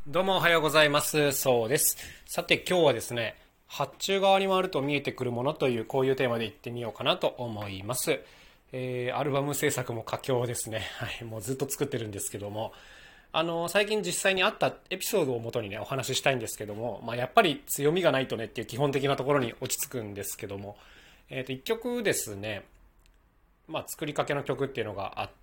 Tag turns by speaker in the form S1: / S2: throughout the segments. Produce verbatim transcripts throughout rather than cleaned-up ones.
S1: どうもおはようございます。そうです。さて今日はですね、発注側に回ると見えてくるものというこういうテーマでいってみようかなと思います。えー、アルバム制作も佳境ですね。はい、もうずっと作ってるんですけども、あの最近実際にあったエピソードをもとにねお話ししたいんですけども、まあ、やっぱり強みがないとねっていう基本的なところに落ち着くんですけども、えー、といっきょくですね、まあ、作りかけの曲っていうのがあって、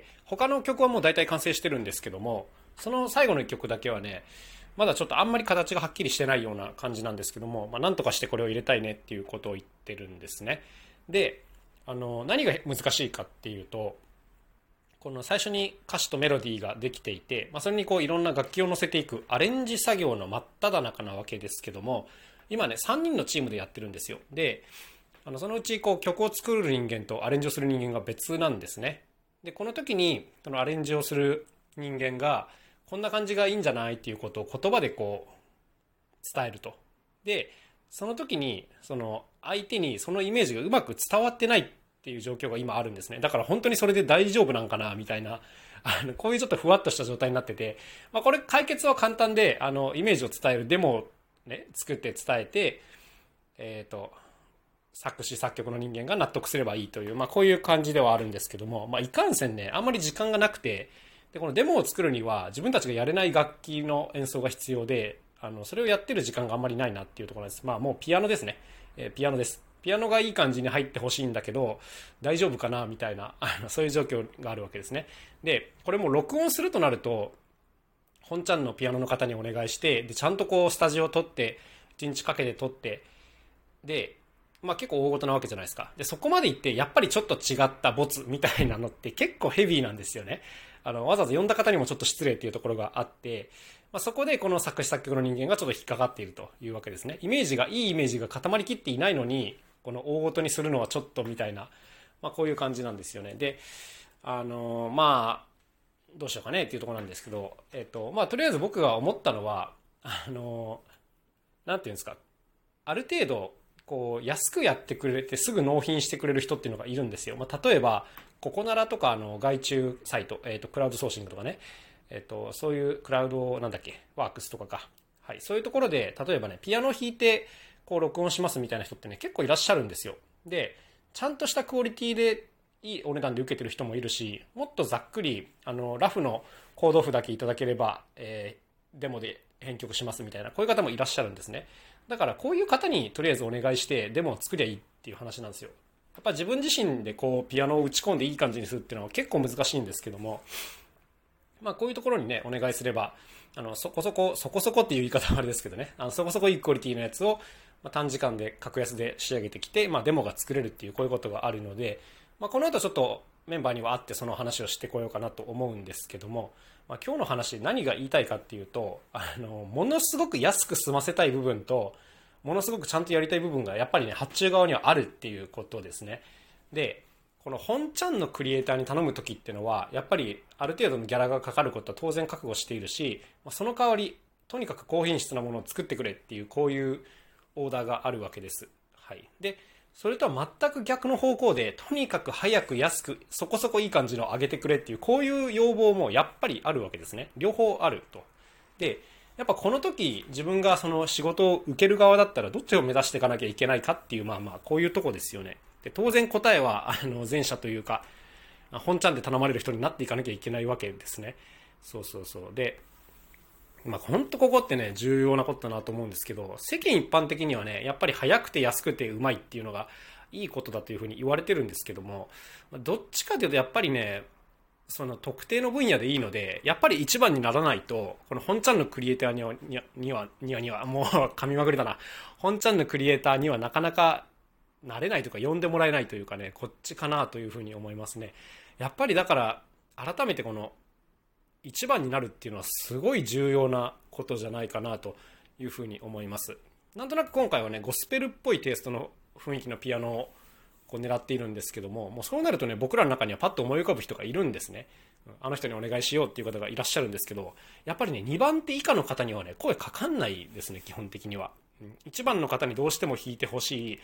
S1: 他の曲はもう大体完成してるんですけども、その最後のいっきょくだけはね、まだちょっとあんまり形がはっきりしてないような感じなんですけども、まあ、なんとかしてこれを入れたいねっていうことを言ってるんですね。で、あの何が難しいかっていうと、この最初に歌詞とメロディーができていて、まあ、それにこういろんな楽器を乗せていくアレンジ作業の真っ只中なわけですけども、今ねさんにんのチームでやってるんですよ。で、あのそのうちこう曲を作る人間とアレンジをする人間が別なんですね。でこの時にそのアレンジをする人間がこんな感じがいいんじゃないっていうことを言葉でこう伝えると。でその時にその相手にそのイメージがうまく伝わってないっていう状況が今あるんですね。だから本当にそれで大丈夫なんかなみたいな、あのこういうちょっとふわっとした状態になってて、まあ、これ解決は簡単で、あのイメージを伝えるデモを、ね、作って伝えて、えっ、と作詞作曲の人間が納得すればいいという、まあ、こういう感じではあるんですけども、まあ、いかんせんねあんまり時間がなくて、でこのデモを作るには自分たちがやれない楽器の演奏が必要で、あのそれをやってる時間があんまりないなっていうところです。まあもうピアノですね、えーピアノです。ピアノがいい感じに入ってほしいんだけど大丈夫かなみたいな、あのそういう状況があるわけですね。でこれも録音するとなると本ちゃんのピアノの方にお願いして、でちゃんとこうスタジオを取っていちにちかけて撮って、でまあ結構大事なわけじゃないですか。で、そこまで行って、やっぱりちょっと違ったボツみたいなのって結構ヘビーなんですよね。あの、わざわざ呼んだ方にもちょっと失礼っていうところがあって、まあ、そこでこの作詞作曲の人間がちょっと引っかかっているというわけですね。イメージが、いいイメージが固まりきっていないのに、この大ごとにするのはちょっとみたいな、まあこういう感じなんですよね。で、あのーまあ、どうしようかねっていうところなんですけど、えっと、まあとりあえず僕が思ったのは、あのーなんていうんですか、ある程度こう安くやってくれてすぐ納品してくれる人っていうのがいるんですよ。まあ、例えばココナラとかあの外注サイト、えー、とクラウドソーシングとかね、えー、とそういうクラウドなんだっけワークスとかか、はい、そういうところで例えばねピアノ弾いてこう録音しますみたいな人ってね結構いらっしゃるんですよ。でちゃんとしたクオリティでいいお値段で受けてる人もいるし、もっとざっくりあのラフのコード譜だけいただければ、えーデモで編曲しますみたいなこういう方もいらっしゃるんですね。だからこういう方にとりあえずお願いしてデモを作りゃいいっていう話なんですよ。やっぱ自分自身でこうピアノを打ち込んでいい感じにするっていうのは結構難しいんですけども、まあこういうところにねお願いすれば、あのそこそこそこそこっていう言い方はあれですけどね、あのそこそこいいクオリティのやつをまあ短時間で格安で仕上げてきて、まあ、デモが作れるっていうこういうことがあるので、まあ、この後ちょっとメンバーには会ってその話をしてこようかなと思うんですけども、まあ、今日の話で何が言いたいかっていうと、あのものすごく安く済ませたい部分とものすごくちゃんとやりたい部分がやっぱりね発注側にはあるっていうことですね。でこの本ちゃんのクリエイターに頼む時っていうのはやっぱりある程度のギャラがかかることは当然覚悟しているし、その代わりとにかく高品質なものを作ってくれっていうこういうオーダーがあるわけです。はい、でそれとは全く逆の方向でとにかく早く安くそこそこいい感じの上げてくれっていうこういう要望もやっぱりあるわけですね。両方あると。でやっぱこの時自分がその仕事を受ける側だったらどっちを目指していかなきゃいけないかっていう、まあまあこういうとこですよね。で当然答えはあの前者というか本ちゃんで頼まれる人になっていかなきゃいけないわけですね。そうそうそう。でまあ本当ここってね重要なことだなと思うんですけど、世間一般的にはねやっぱり早くて安くてうまいっていうのがいいことだというふうに言われてるんですけども、どっちかというとやっぱりねその特定の分野でいいのでやっぱり一番にならないとこの本ちゃんのクリエイターにはにはにはにはにはもう噛みまくりだな、本ちゃんのクリエイターにはなかなかなれないというか呼んでもらえないというかね、こっちかなというふうに思いますね。やっぱりだから改めてこの一番になるっていうのはすごい重要なことじゃないかなというふうに思います。なんとなく今回はねゴスペルっぽいテイストの雰囲気のピアノをこう狙っているんですけども、もうそうなるとね僕らの中にはパッと思い浮かぶ人がいるんですね。あの人にお願いしようっていう方がいらっしゃるんですけど、やっぱりねにばん手以下の方にはね声かかんないですね基本的には。いちばんの方にどうしても弾いてほしい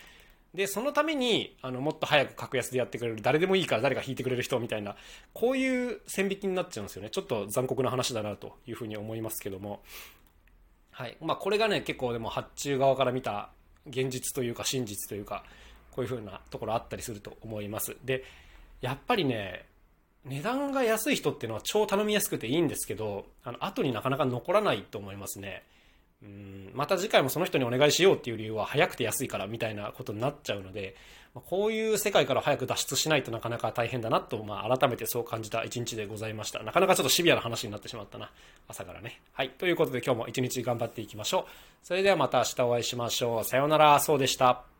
S1: でそのためにあのもっと早く格安でやってくれる、誰でもいいから誰が引いてくれる人みたいな、こういう線引きになっちゃうんですよね。ちょっと残酷な話だなというふうに思いますけども、はい、まあこれがね結構でも発注側から見た現実というか真実というか、こういうふうなところあったりすると思います。でやっぱりね、値段が安い人っていうのは超頼みやすくていいんですけど、あの後になかなか残らないと思いますね。うん、また次回もその人にお願いしようっていう理由は早くて安いからみたいなことになっちゃうので、こういう世界から早く脱出しないとなかなか大変だなと、まあ、改めてそう感じた一日でございました。なかなかちょっとシビアな話になってしまったな、朝からね。はい、ということで今日も一日頑張っていきましょう。それではまた明日お会いしましょう。さようなら。そうでした。